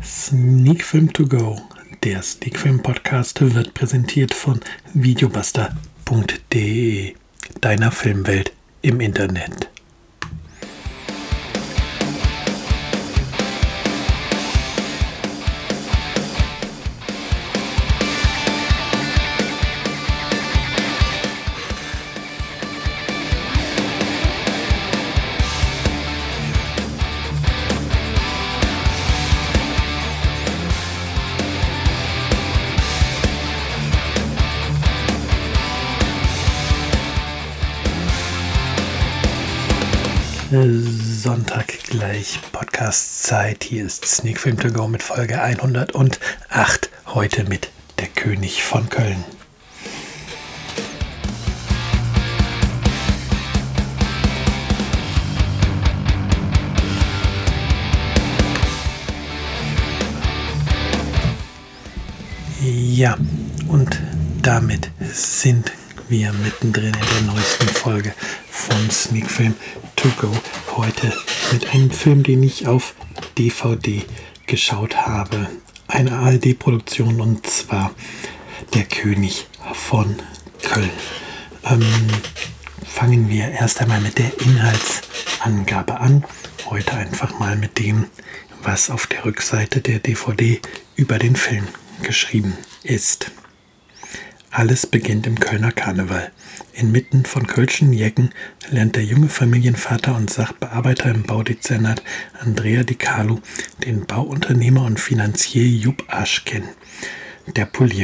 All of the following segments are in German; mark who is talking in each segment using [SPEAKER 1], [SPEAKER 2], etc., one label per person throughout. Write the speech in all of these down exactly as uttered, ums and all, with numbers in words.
[SPEAKER 1] Sneakfilm to go. Der Sneakfilm-Podcast wird präsentiert von videobuster punkt de, deiner Filmwelt im Internet. Sonntag gleich Podcast-Zeit. Hier ist Sneakfilm to go mit Folge hundertacht. Heute mit Der König von Köln. Ja, und damit sind wir mittendrin in der neuesten Folge von Sneakfilm to go. Heute mit einem Film, den ich auf D V D geschaut habe. Eine A R D-Produktion, und zwar Der König von Köln. Ähm, fangen wir erst einmal mit der Inhaltsangabe an. Heute einfach mal mit dem, was auf der Rückseite der D V D über den Film geschrieben ist. Alles beginnt im Kölner Karneval. Inmitten von kölschen Jecken lernt der junge Familienvater und Sachbearbeiter im Baudezernat Andrea Di Carlo den Bauunternehmer und Finanzier Jupp Asch kennen. Der Polier.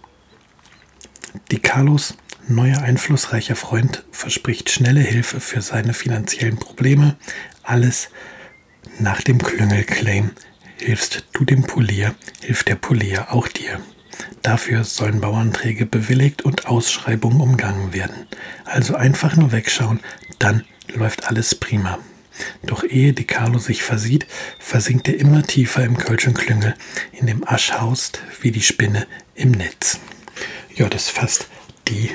[SPEAKER 1] Di Carlos neuer einflussreicher Freund verspricht schnelle Hilfe für seine finanziellen Probleme. Alles nach dem Klüngel-Claim. Hilfst du dem Polier, hilft der Polier auch dir. Dafür sollen Bauanträge bewilligt und Ausschreibungen umgangen werden. Also einfach nur wegschauen, dann läuft alles prima. Doch ehe Di Carlo sich versieht, versinkt er immer tiefer im kölschen Klüngel, in dem Asch haust wie die Spinne im Netz. Ja, das fasst die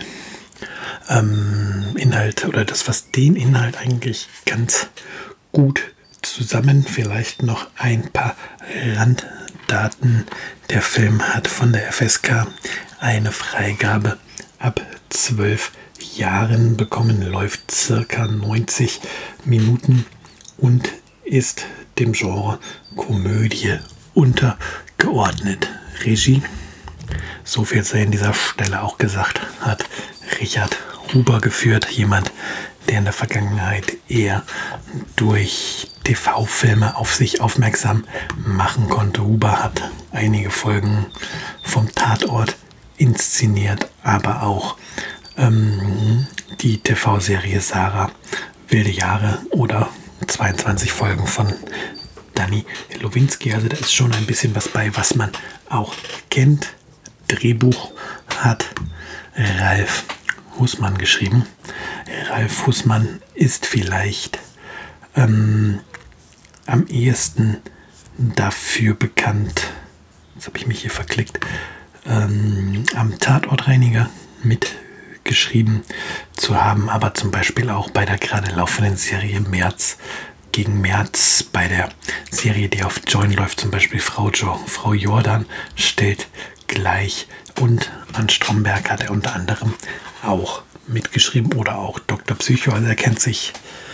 [SPEAKER 1] ähm, Inhalte oder das fasst den Inhalt eigentlich ganz gut zusammen. Vielleicht noch ein paar Randdaten. Der Film hat von der F S K eine Freigabe ab zwölf Jahren bekommen, läuft circa neunzig Minuten und ist dem Genre Komödie untergeordnet. Regie, so viel sei an dieser Stelle auch gesagt, hat Richard Huber geführt, jemand, der in der Vergangenheit eher durch T V-Filme auf sich aufmerksam machen konnte. Huber hat einige Folgen vom Tatort inszeniert, aber auch ähm, die T V-Serie Sarah, Wilde Jahre oder zweiundzwanzig Folgen von Danny Lowinski. Also da ist schon ein bisschen was bei, was man auch kennt. Drehbuch hat Ralf Hussmann geschrieben. Ralf Hussmann ist vielleicht ähm, am ehesten dafür bekannt, jetzt habe ich mich hier verklickt, ähm, am Tatortreiniger mitgeschrieben zu haben, aber zum Beispiel auch bei der gerade laufenden Serie März gegen März, bei der Serie, die auf Join läuft, zum Beispiel Frau Jo, Frau Jordan stellt gleich, und an Stromberg hat er unter anderem auch mitgeschrieben oder auch Doktor Psycho, also er kennt sich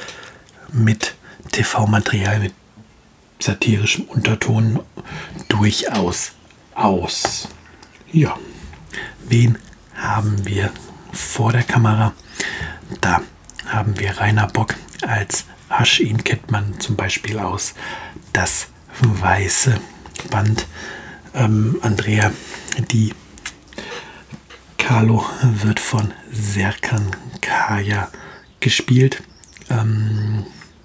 [SPEAKER 1] mit T V-Material, mit satirischem Unterton durchaus aus. Ja, wen haben wir vor der Kamera? Da haben wir Rainer Bock als Asch, ihn kennt man zum Beispiel aus Das Weiße Band. Ähm, Andrea Di Carlo wird von Serkan Kaya gespielt. Ähm,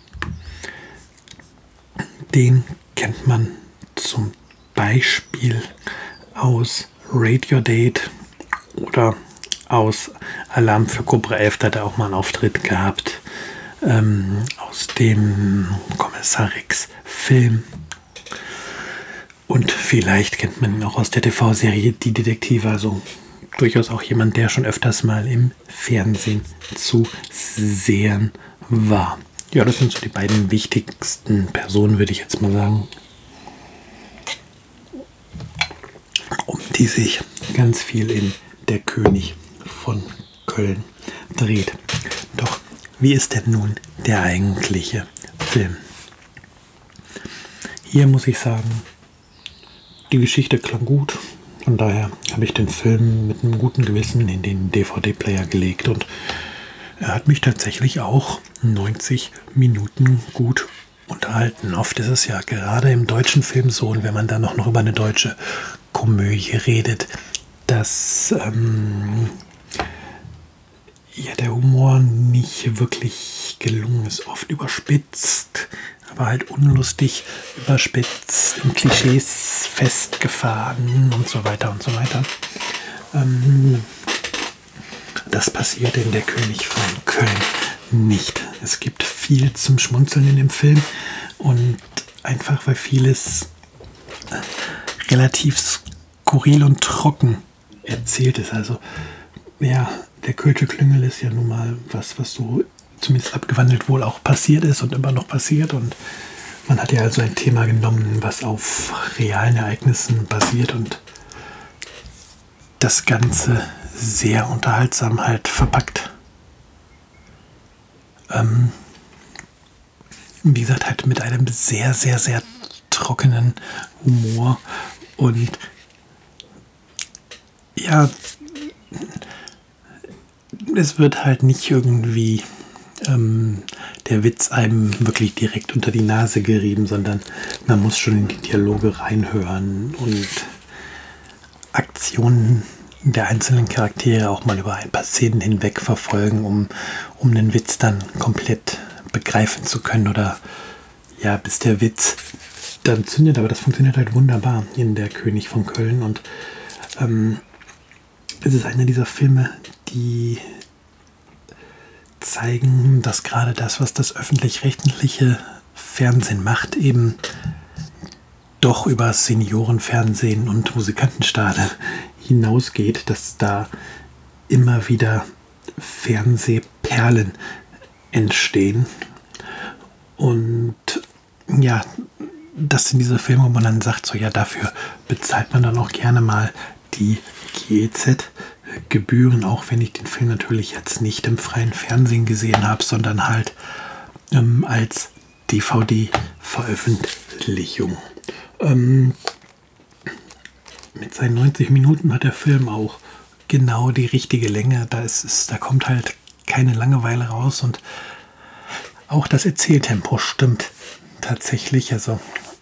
[SPEAKER 1] den kennt man zum Beispiel aus Radio Date oder aus Alarm für Cobra elf, da hat er auch mal einen Auftritt gehabt. Ähm, aus dem Kommissar Rex Film. Und vielleicht kennt man ihn auch aus der T V-Serie Die Detektive, also durchaus auch jemand, der schon öfters mal im Fernsehen zu sehen war. Ja, das sind so die beiden wichtigsten Personen, würde ich jetzt mal sagen. die sich ganz viel in Der König von Köln dreht. Doch wie ist denn nun der eigentliche Film? Hier muss ich sagen, die Geschichte klang gut. Von daher habe ich den Film mit einem guten Gewissen in den D V D-Player gelegt und er hat mich tatsächlich auch neunzig Minuten gut unterhalten. Oft ist es ja gerade im deutschen Film so, und wenn man dann noch, noch über eine deutsche Komödie redet, dass ähm, ja, der Humor nicht wirklich gelungen ist. Oft überspitzt, aber halt unlustig überspitzt, in Klischees festgefahren und so weiter und so weiter. Ähm, das passiert in Der König von Köln nicht. Es gibt viel zum Schmunzeln in dem Film und einfach, weil vieles relativ skurril und trocken erzählt ist. Also, ja, der Kölsche Klüngel ist ja nun mal was, was so zumindest abgewandelt wohl auch passiert ist und immer noch passiert. Und man hat ja also ein Thema genommen, was auf realen Ereignissen basiert und das Ganze sehr unterhaltsam halt verpackt. Ähm, wie gesagt, halt mit einem sehr, sehr, sehr trockenen Humor und ja, es wird halt nicht irgendwie ähm, der Witz einem wirklich direkt unter die Nase gerieben, sondern man muss schon in die Dialoge reinhören und Aktionen der einzelnen Charaktere auch mal über ein paar Szenen hinweg verfolgen, um, um den Witz dann komplett begreifen zu können oder ja, bis der Witz dann zündet. Aber das funktioniert halt wunderbar in Der König von Köln und ähm, es ist einer dieser Filme, die zeigen, dass gerade das, was das öffentlich-rechtliche Fernsehen macht, eben doch über Seniorenfernsehen und Musikantenstadel hinausgeht, dass da immer wieder Fernsehperlen entstehen. Und ja, das sind diese Filme, wo man dann sagt, so ja, dafür bezahlt man dann auch gerne mal die G E Z-Gebühren, auch wenn ich den Film natürlich jetzt nicht im freien Fernsehen gesehen habe, sondern halt ähm, als D V D-Veröffentlichung. Ähm, mit seinen neunzig Minuten hat der Film auch genau die richtige Länge. Da, ist es, da kommt halt keine Langeweile raus und auch das Erzähltempo stimmt tatsächlich. Also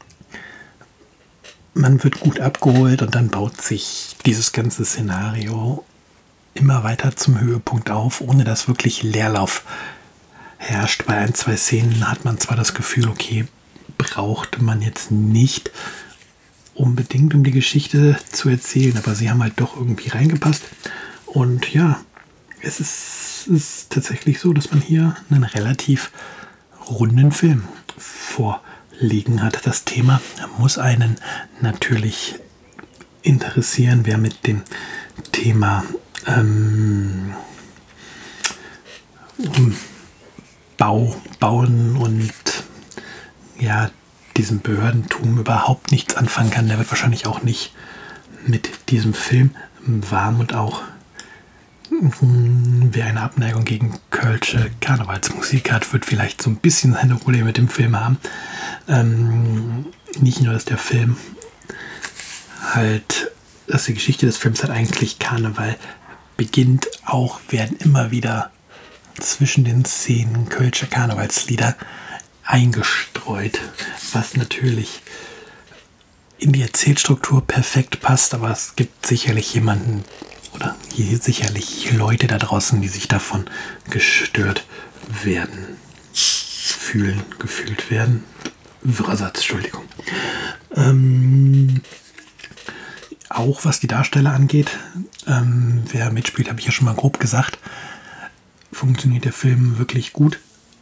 [SPEAKER 1] man wird gut abgeholt und dann baut sich dieses ganze Szenario immer weiter zum Höhepunkt auf, ohne dass wirklich Leerlauf herrscht. Bei ein, zwei Szenen hat man zwar das Gefühl, okay, brauchte man jetzt nicht unbedingt, um die Geschichte zu erzählen, aber sie haben halt doch irgendwie reingepasst. Und ja, es ist, ist tatsächlich so, dass man hier einen relativ runden Film vorliegen hat. Das Thema muss einen natürlich interessieren, wer mit dem Thema ähm, Bau, Bauen und ja, diesem Behördentum überhaupt nichts anfangen kann, der wird wahrscheinlich auch nicht mit diesem Film warm und auch mh, wer eine Abneigung gegen kölsche Karnevalsmusik hat, wird vielleicht so ein bisschen seine Probleme mit dem Film haben. Ähm, nicht nur, dass der Film halt, dass die Geschichte des Films halt eigentlich Karneval beginnt, auch werden immer wieder zwischen den Szenen kölsche Karnevalslieder eingestreut, was natürlich in die Erzählstruktur perfekt passt, aber es gibt sicherlich jemanden oder hier sicherlich Leute da draußen, die sich davon gestört werden, fühlen, gefühlt werden. Wirrersatz, Entschuldigung. Ähm, auch was die Darsteller angeht, ähm, wer mitspielt, habe ich ja schon mal grob gesagt, funktioniert der Film wirklich gut.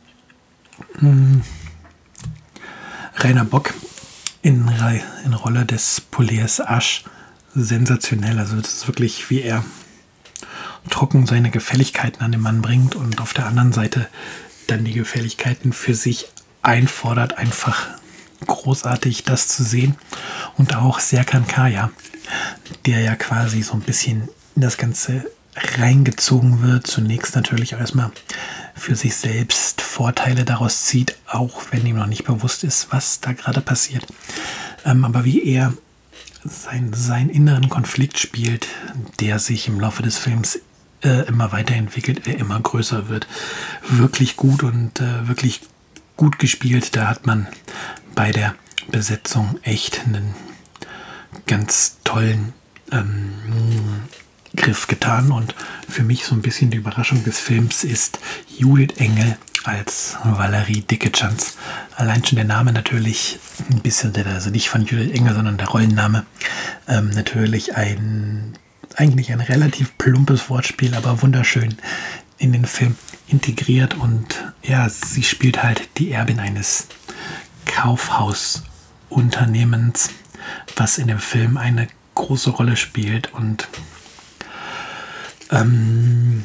[SPEAKER 1] Rainer Bock in, in Rolle des Poleas Asch sensationell. Also das ist wirklich, wie er trocken seine Gefälligkeiten an den Mann bringt und auf der anderen Seite dann die Gefälligkeiten für sich einfordert. Einfach großartig, das zu sehen. Und auch Serkan Kaya, der ja quasi so ein bisschen in das Ganze reingezogen wird. Zunächst natürlich auch erstmal für sich selbst Vorteile daraus zieht, auch wenn ihm noch nicht bewusst ist, was da gerade passiert. Ähm, aber wie er sein, seinen inneren Konflikt spielt, der sich im Laufe des Films äh, immer weiterentwickelt, der immer größer wird. Wirklich gut und äh, wirklich gut gespielt. Da hat man bei der Besetzung echt einen ganz tollen ähm, Griff getan. Und für mich so ein bisschen die Überraschung des Films ist Judith Engel als Valerie Dickejans. Allein schon der Name natürlich ein bisschen, also nicht von Judith Engel, sondern der Rollenname. Ähm, natürlich ein, eigentlich ein relativ plumpes Wortspiel, aber wunderschön in den Film integriert. Und ja, sie spielt halt die Erbin eines Kaufhausunternehmens, was in dem Film eine große Rolle spielt. Und ähm,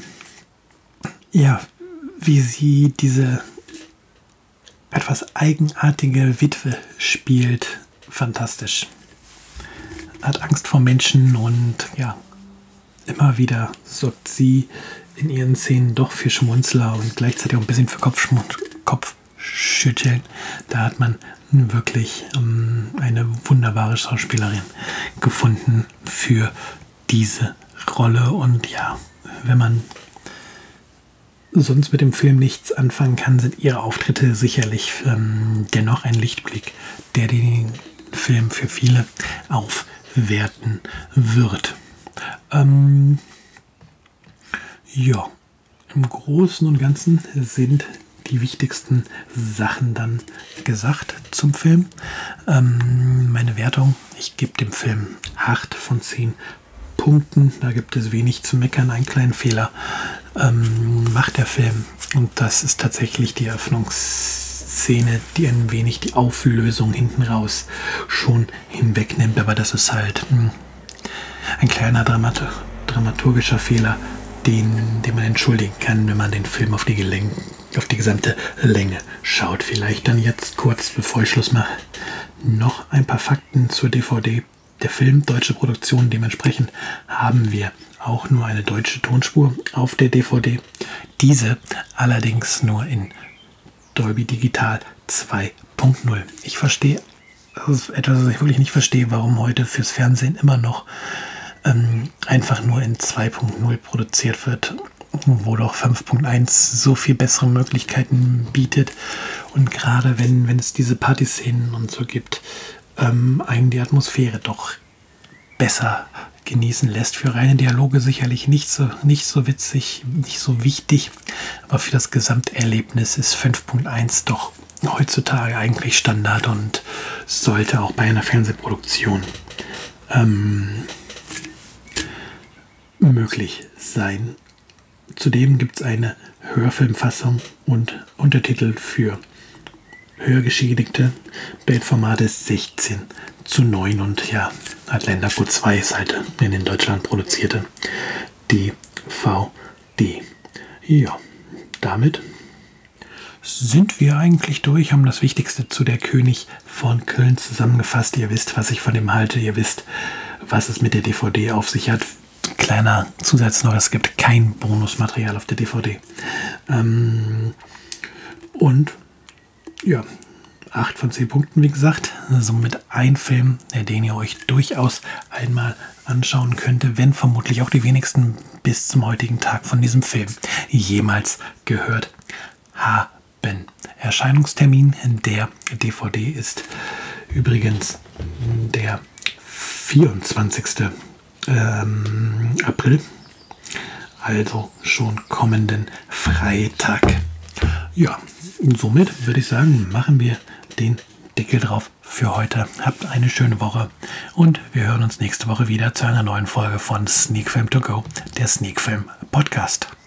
[SPEAKER 1] ja, wie sie diese etwas eigenartige Witwe spielt, fantastisch. Hat Angst vor Menschen und ja, immer wieder sorgt sie in ihren Szenen doch für Schmunzler und gleichzeitig auch ein bisschen für Kopfschmut, Kopfschütteln. Da hat man wirklich ähm, eine wunderbare Schauspielerin gefunden für diese Rolle. Und ja, wenn man sonst mit dem Film nichts anfangen kann, sind ihre Auftritte sicherlich ähm, dennoch ein Lichtblick, der den Film für viele aufwerten wird. Ähm, ja, im Großen und Ganzen sind die wichtigsten Sachen dann gesagt zum Film. Ähm, meine Wertung, ich gebe dem Film acht von zehn Punkten. Da gibt es wenig zu meckern. Einen kleinen Fehler ähm, macht der Film. Und das ist tatsächlich die Eröffnungsszene, die ein wenig die Auflösung hinten raus schon hinwegnimmt. Aber das ist halt mh, ein kleiner Dramat- dramaturgischer Fehler, den, den man entschuldigen kann, wenn man den Film auf die, Gelenk- auf die gesamte Länge schaut. Vielleicht dann jetzt kurz, bevor ich Schluss mache, noch ein paar Fakten zur D V D. Der Film, deutsche Produktion, dementsprechend haben wir auch nur eine deutsche Tonspur auf der D V D. Diese allerdings nur in Dolby Digital zwei Punkt null. Ich verstehe, das ist etwas, was ich wirklich nicht verstehe, warum heute fürs Fernsehen immer noch ähm, einfach nur in zwei Punkt null produziert wird, wo doch fünf Punkt eins so viel bessere Möglichkeiten bietet. Und gerade wenn, wenn es diese Partyszenen und so gibt, ähm, einen die Atmosphäre doch besser genießen lässt. Für reine Dialoge sicherlich nicht so, nicht so witzig, nicht so wichtig, aber für das Gesamterlebnis ist fünf Punkt eins doch heutzutage eigentlich Standard und sollte auch bei einer Fernsehproduktion ähm, möglich sein. Zudem gibt es eine Hörfilmfassung und Untertitel für Hörgeschädigte. Bildformat ist sechzehn zu neun und ja, Atlander Q zwei ist halt in den Deutschland produzierte D V D. Ja, damit sind wir eigentlich durch, haben das Wichtigste zu Der König von Köln zusammengefasst. Ihr wisst, was ich von dem halte, ihr wisst, was es mit der D V D auf sich hat. Kleiner Zusatz noch, es gibt kein Bonusmaterial auf der D V D. Ähm, und ja, acht von zehn Punkten, wie gesagt. Somit ein Film, den ihr euch durchaus einmal anschauen könnte, wenn vermutlich auch die wenigsten bis zum heutigen Tag von diesem Film jemals gehört haben. Erscheinungstermin der D V D ist übrigens der vierundzwanzigsten Ähm, April, also schon kommenden Freitag. Ja, und somit würde ich sagen, machen wir den Deckel drauf für heute. Habt eine schöne Woche und wir hören uns nächste Woche wieder zu einer neuen Folge von Sneak Film to Go, der Sneak Film Podcast.